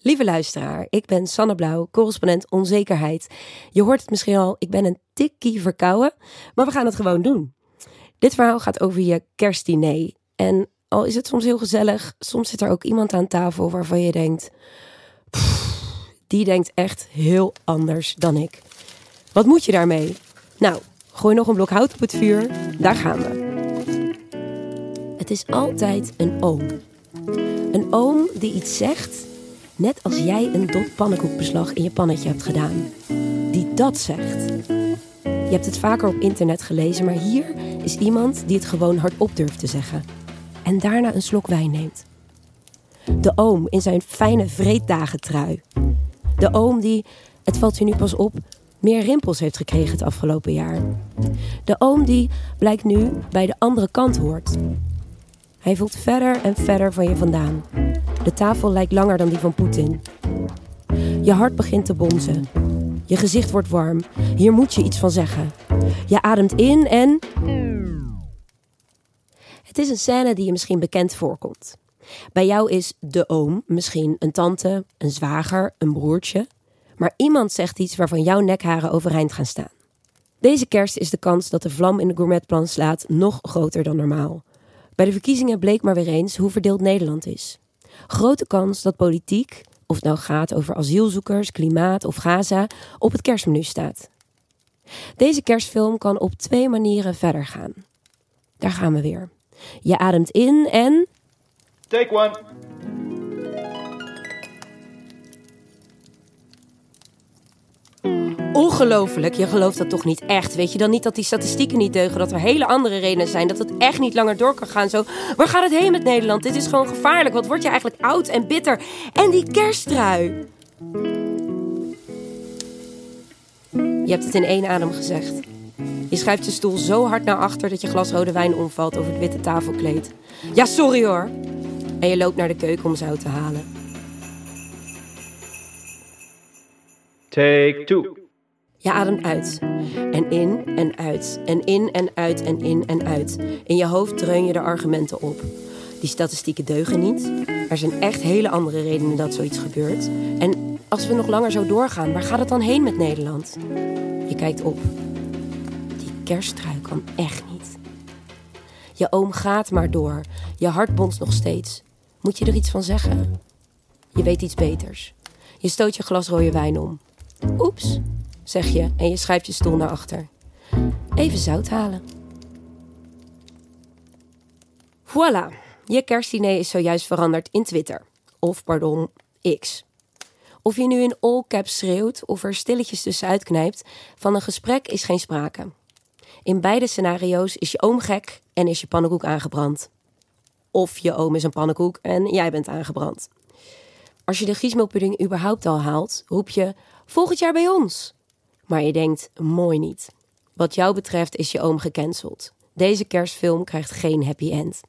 Lieve luisteraar, ik ben Sanne Blauw, correspondent onzekerheid. Je hoort het misschien al, ik ben een tikkie verkouden, maar we gaan het gewoon doen. Dit verhaal gaat over je kerstdiner. En al is het soms heel gezellig, soms zit er ook iemand aan tafel waarvan je denkt... die denkt echt heel anders dan ik. Wat moet je daarmee? Nou, gooi nog een blok hout op het vuur, daar gaan we. Het is altijd een oom. Een oom die iets zegt... net als jij een dot pannenkoekbeslag in je pannetje hebt gedaan. Die dat zegt. Je hebt het vaker op internet gelezen, maar hier is iemand die het gewoon hardop durft te zeggen. En daarna een slok wijn neemt. De oom in zijn fijne vreeddagentrui. De oom die, het valt je nu pas op, meer rimpels heeft gekregen het afgelopen jaar. De oom die, blijkt nu, bij de andere kant hoort. Hij voelt verder en verder van je vandaan. De tafel lijkt langer dan die van Poetin. Je hart begint te bonzen. Je gezicht wordt warm. Hier moet je iets van zeggen. Je ademt in en... Het is een scène die je misschien bekend voorkomt. Bij jou is de oom misschien een tante, een zwager, een broertje. Maar iemand zegt iets waarvan jouw nekharen overeind gaan staan. Deze kerst is de kans dat de vlam in de gourmetplan slaat nog groter dan normaal. Bij de verkiezingen bleek maar weer eens hoe verdeeld Nederland is. Grote kans dat politiek, of het nou gaat over asielzoekers, klimaat of Gaza, op het kerstmenu staat. Deze kerstfilm kan op 2 manieren verder gaan. Daar gaan we weer. Je ademt in en... Take one. Ongelooflijk, je gelooft dat toch niet echt. Weet je dan niet dat die statistieken niet deugen, dat er hele andere redenen zijn, dat het echt niet langer door kan gaan zo. Waar gaat het heen met Nederland? Dit is gewoon gevaarlijk. Wat word je eigenlijk oud en bitter? En die kersttrui. Je hebt het in 1 adem gezegd. Je schuift je stoel zo hard naar achter dat je glas rode wijn omvalt over het witte tafelkleed. Ja, sorry hoor. En je loopt naar de keuken om zout te halen. Take two. Je ademt uit. En in en uit. En in en uit en in en uit. In je hoofd dreun je de argumenten op. Die statistieken deugen niet. Er zijn echt hele andere redenen dat zoiets gebeurt. En als we nog langer zo doorgaan, waar gaat het dan heen met Nederland? Je kijkt op. Die kersttrui kan echt niet. Je oom gaat maar door. Je hart bonst nog steeds. Moet je er iets van zeggen? Je weet iets beters. Je stoot je glas rode wijn om. Oeps, zeg je en je schuift je stoel naar achter. Even zout halen. Voilà, je kerstdiner is zojuist veranderd in Twitter. Of, pardon, X. Of je nu in all caps schreeuwt of er stilletjes tussenuit knijpt, van een gesprek is geen sprake. In beide scenario's is je oom gek en is je pannenkoek aangebrand. Of je oom is een pannenkoek en jij bent aangebrand. Als je de giesmeelpudding überhaupt al haalt, roep je volgend jaar bij ons. Maar je denkt, mooi niet. Wat jou betreft is je oom gecanceld. Deze kerstfilm krijgt geen happy end.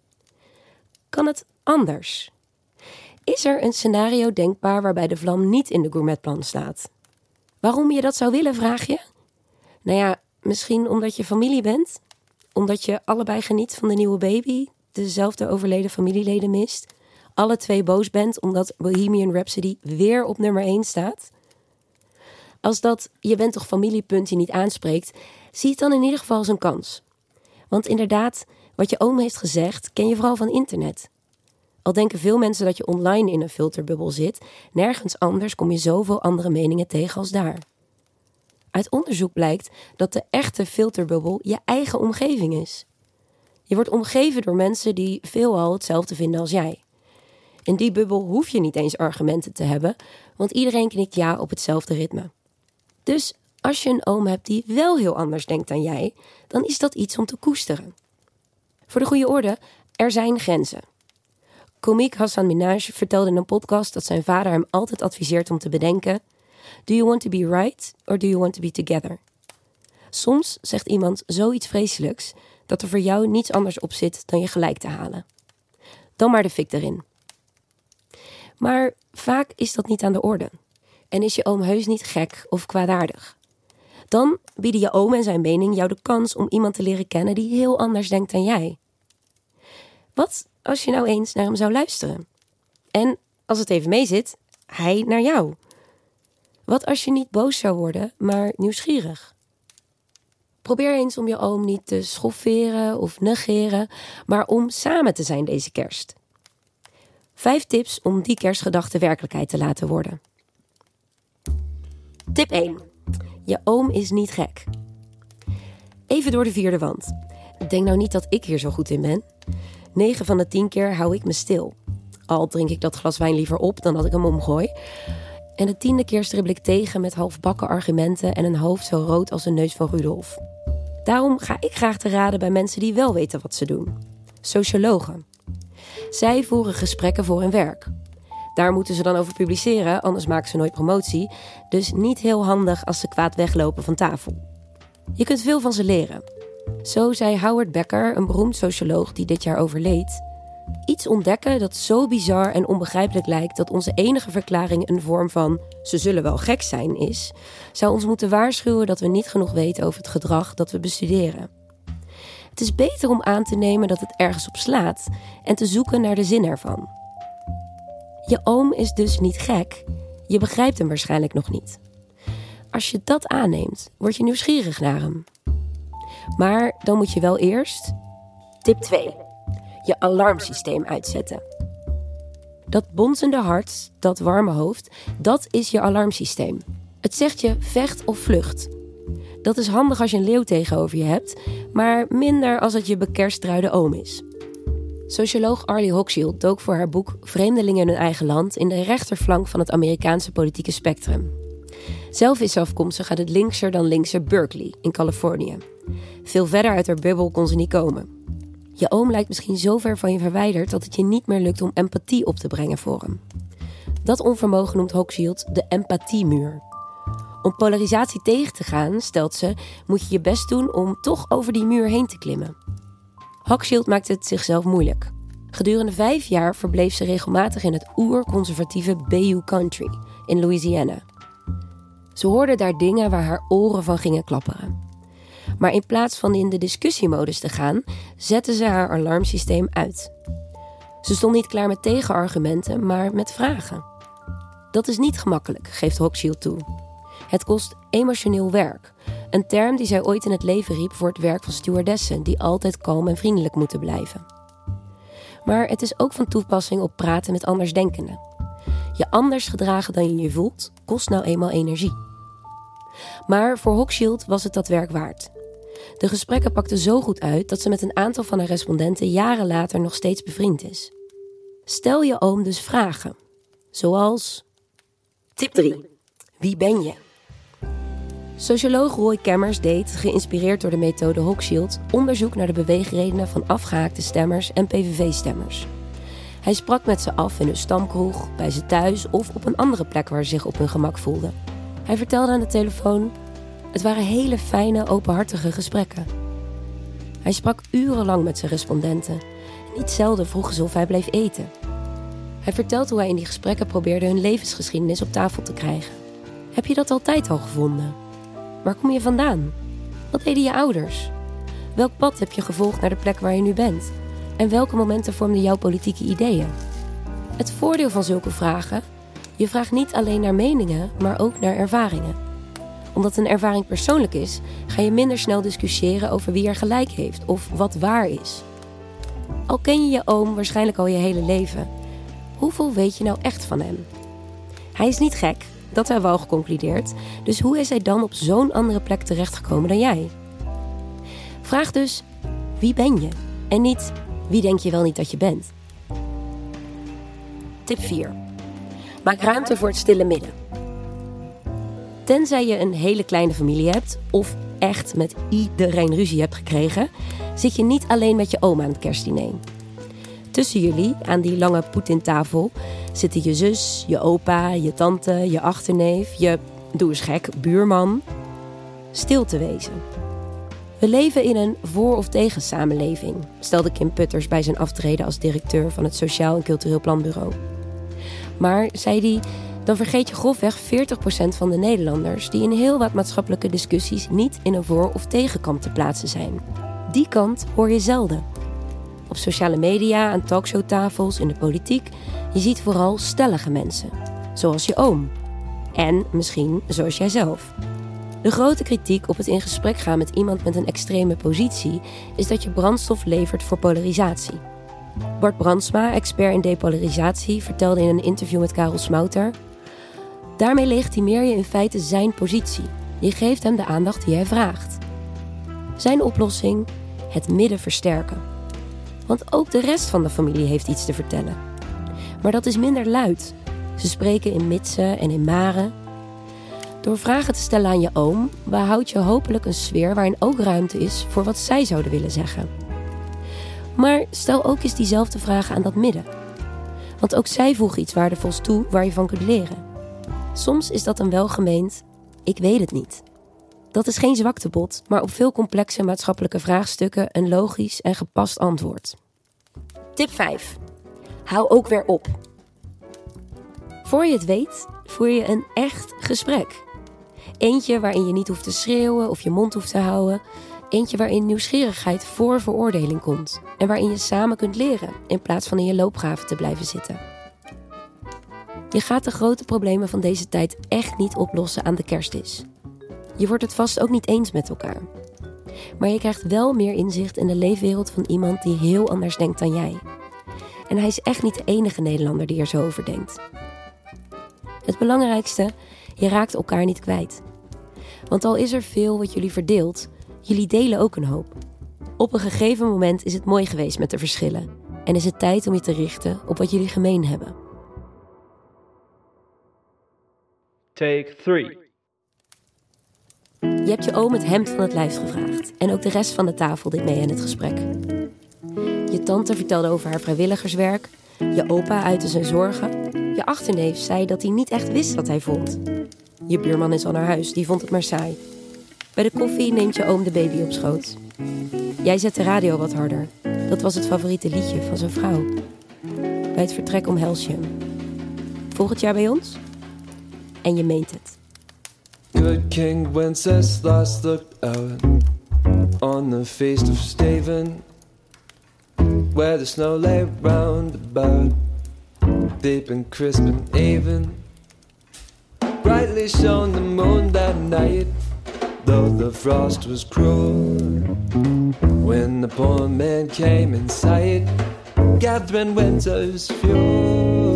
Kan het anders? Is er een scenario denkbaar waarbij de vlam niet in de gourmetplan staat? Waarom je dat zou willen, vraag je? Nou ja, misschien omdat je familie bent? Omdat je allebei geniet van de nieuwe baby? Dezelfde overleden familieleden mist? Alle 2 boos bent omdat Bohemian Rhapsody weer op nummer 1 staat? Als dat je bent toch familiepunt je niet aanspreekt, zie het dan in ieder geval als een kans. Want inderdaad, wat je oom heeft gezegd, ken je vooral van internet. Al denken veel mensen dat je online in een filterbubbel zit, nergens anders kom je zoveel andere meningen tegen als daar. Uit onderzoek blijkt dat de echte filterbubbel je eigen omgeving is. Je wordt omgeven door mensen die veelal hetzelfde vinden als jij. In die bubbel hoef je niet eens argumenten te hebben, want iedereen knikt ja op hetzelfde ritme. Dus als je een oom hebt die wel heel anders denkt dan jij, dan is dat iets om te koesteren. Voor de goede orde, er zijn grenzen. Komiek Hassan Minhaj vertelde in een podcast dat zijn vader hem altijd adviseert om te bedenken: do you want to be right or do you want to be together? Soms zegt iemand zoiets vreselijks dat er voor jou niets anders op zit dan je gelijk te halen. Dan maar de fik erin. Maar vaak is dat niet aan de orde. En is je oom heus niet gek of kwaadaardig. Dan bieden je oom en zijn mening jou de kans om iemand te leren kennen die heel anders denkt dan jij. Wat als je nou eens naar hem zou luisteren? En als het even meezit, hij naar jou? Wat als je niet boos zou worden, maar nieuwsgierig? Probeer eens om je oom niet te schofferen of negeren, maar om samen te zijn deze kerst. 5 tips om die kerstgedachte werkelijkheid te laten worden. Tip 1. Je oom is niet gek. Even door de 4e wand. Denk nou niet dat ik hier zo goed in ben. 9 van de 10 keer hou ik me stil. Al drink ik dat glas wijn liever op dan dat ik hem omgooi. En de 10e keer stribbel ik tegen met halfbakken argumenten en een hoofd zo rood als de neus van Rudolf. Daarom ga ik graag te raden bij mensen die wel weten wat ze doen. Sociologen. Zij voeren gesprekken voor hun werk. Daar moeten ze dan over publiceren, anders maken ze nooit promotie. Dus niet heel handig als ze kwaad weglopen van tafel. Je kunt veel van ze leren. Zo zei Howard Becker, een beroemd socioloog die dit jaar overleed: iets ontdekken dat zo bizar en onbegrijpelijk lijkt dat onze enige verklaring een vorm van ze zullen wel gek zijn is, zou ons moeten waarschuwen dat we niet genoeg weten over het gedrag dat we bestuderen. Het is beter om aan te nemen dat het ergens op slaat en te zoeken naar de zin ervan. Je oom is dus niet gek, je begrijpt hem waarschijnlijk nog niet. Als je dat aanneemt, word je nieuwsgierig naar hem. Maar dan moet je wel eerst, tip 2, je alarmsysteem uitzetten. Dat bonzende hart, dat warme hoofd, dat is je alarmsysteem. Het zegt je vecht of vlucht. Dat is handig als je een leeuw tegenover je hebt, maar minder als het je bekerstruide oom is. Socioloog Arlie Hochschild dook voor haar boek Vreemdelingen in hun eigen land in de rechterflank van het Amerikaanse politieke spectrum. Zelf is ze afkomstig uit het linkser dan linkser Berkeley in Californië. Veel verder uit haar bubbel kon ze niet komen. Je oom lijkt misschien zo ver van je verwijderd dat het je niet meer lukt om empathie op te brengen voor hem. Dat onvermogen noemt Hochschild de empathiemuur. Om polarisatie tegen te gaan, stelt ze, moet je je best doen om toch over die muur heen te klimmen. Hochschild maakte het zichzelf moeilijk. Gedurende 5 jaar verbleef ze regelmatig in het oer-conservatieve Bayou Country in Louisiana. Ze hoorde daar dingen waar haar oren van gingen klapperen. Maar in plaats van in de discussiemodus te gaan, zette ze haar alarmsysteem uit. Ze stond niet klaar met tegenargumenten, maar met vragen. Dat is niet gemakkelijk, geeft Hochschild toe. Het kost emotioneel werk. Een term die zij ooit in het leven riep voor het werk van stewardessen, die altijd kalm en vriendelijk moeten blijven. Maar het is ook van toepassing op praten met andersdenkenden. Je anders gedragen dan je je voelt, kost nou eenmaal energie. Maar voor Hochschild was het dat werk waard. De gesprekken pakten zo goed uit dat ze met een aantal van haar respondenten jaren later nog steeds bevriend is. Stel je oom dus vragen. Zoals: tip 3. Wie ben je? Socioloog Roy Kemmers deed, geïnspireerd door de methode Hochschild, onderzoek naar de beweegredenen van afgehaakte stemmers en PVV-stemmers. Hij sprak met ze af in hun stamkroeg, bij ze thuis of op een andere plek waar ze zich op hun gemak voelden. Hij vertelde aan de telefoon: het waren hele fijne, openhartige gesprekken. Hij sprak urenlang met zijn respondenten. Niet zelden vroegen ze of hij bleef eten. Hij vertelt hoe hij in die gesprekken probeerde hun levensgeschiedenis op tafel te krijgen. Heb je dat altijd al gevonden? Waar kom je vandaan? Wat deden je ouders? Welk pad heb je gevolgd naar de plek waar je nu bent? En welke momenten vormden jouw politieke ideeën? Het voordeel van zulke vragen: je vraagt niet alleen naar meningen, maar ook naar ervaringen. Omdat een ervaring persoonlijk is, ga je minder snel discussiëren over wie er gelijk heeft of wat waar is. Al ken je je oom waarschijnlijk al je hele leven, hoeveel weet je nou echt van hem? Hij is niet gek, dat hebben we al geconcludeerd, dus hoe is hij dan op zo'n andere plek terechtgekomen dan jij? Vraag dus: wie ben je? En niet: wie denk je wel niet dat je bent? Tip 4. Maak ruimte voor het stille midden. Tenzij je een hele kleine familie hebt of echt met iedereen ruzie hebt gekregen, zit je niet alleen met je oom aan het kerstdiner. Tussen jullie, aan die lange Poetin-tafel, zitten je zus, je opa, je tante, je achterneef, je, doe eens gek, buurman. Stil te wezen. We leven in een voor- of tegen samenleving, stelde Kim Putters bij zijn aftreden als directeur van het Sociaal en Cultureel Planbureau. Maar, zei hij, dan vergeet je grofweg 40% van de Nederlanders die in heel wat maatschappelijke discussies niet in een voor- of tegenkamp te plaatsen zijn. Die kant hoor je zelden. Op sociale media, aan talkshowtafels, in de politiek, je ziet vooral stellige mensen. zoals je oom. En misschien zoals jijzelf. De grote kritiek op het in gesprek gaan met iemand met een extreme positie is dat je brandstof levert voor polarisatie. Bart Brandsma, expert in depolarisatie, vertelde in een interview met Karel Smouter: daarmee legitimeer je in feite zijn positie. Je geeft hem de aandacht die hij vraagt. Zijn oplossing: het midden versterken. Want ook de rest van de familie heeft iets te vertellen. Maar dat is minder luid. Ze spreken in mitsen en in maren. Door vragen te stellen aan je oom behoud je hopelijk een sfeer waarin ook ruimte is voor wat zij zouden willen zeggen. Maar stel ook eens diezelfde vragen aan dat midden. Want ook zij voegen iets waardevols toe waar je van kunt leren. Soms is dat een welgemeend: ik weet het niet. Dat is geen zwaktebod, maar op veel complexe maatschappelijke vraagstukken een logisch en gepast antwoord. Tip 5. Hou ook weer op. Voor je het weet, voer je een echt gesprek. Eentje waarin je niet hoeft te schreeuwen of je mond hoeft te houden. Eentje waarin nieuwsgierigheid voor veroordeling komt. En waarin je samen kunt leren, in plaats van in je loopgraven te blijven zitten. Je gaat de grote problemen van deze tijd echt niet oplossen aan de kerstdis. Je wordt het vast ook niet eens met elkaar. Maar je krijgt wel meer inzicht in de leefwereld van iemand die heel anders denkt dan jij. En hij is echt niet de enige Nederlander die er zo over denkt. Het belangrijkste, je raakt elkaar niet kwijt. Want al is er veel wat jullie verdeelt, jullie delen ook een hoop. Op een gegeven moment is het mooi geweest met de verschillen. En is het tijd om je te richten op wat jullie gemeen hebben. Take 3. Je hebt je oom het hemd van het lijf gevraagd. En ook de rest van de tafel deed mee aan het gesprek. Je tante vertelde over haar vrijwilligerswerk. Je opa uitte zijn zorgen. Je achterneef zei dat hij niet echt wist wat hij vond. Je buurman is al naar huis, die vond het maar saai. Bij de koffie neemt je oom de baby op schoot. Jij zet de radio wat harder. Dat was het favoriete liedje van zijn vrouw. Bij het vertrek omhels je hem. Volgend jaar bij ons? En je meent het. Good King Wenceslas looked out on the feast of Stephen, where the snow lay round about, deep and crisp and even. Brightly shone the moon that night, though the frost was cruel. When the poor man came in sight, gathering winter's fuel.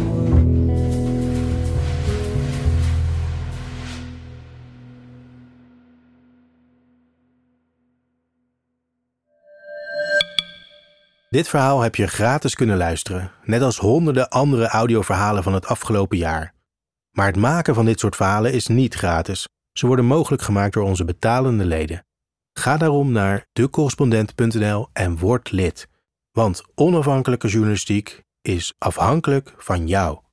Dit verhaal heb je gratis kunnen luisteren, net als honderden andere audioverhalen van het afgelopen jaar. Maar het maken van dit soort verhalen is niet gratis. Ze worden mogelijk gemaakt door onze betalende leden. Ga daarom naar decorrespondent.nl en word lid. Want onafhankelijke journalistiek is afhankelijk van jou.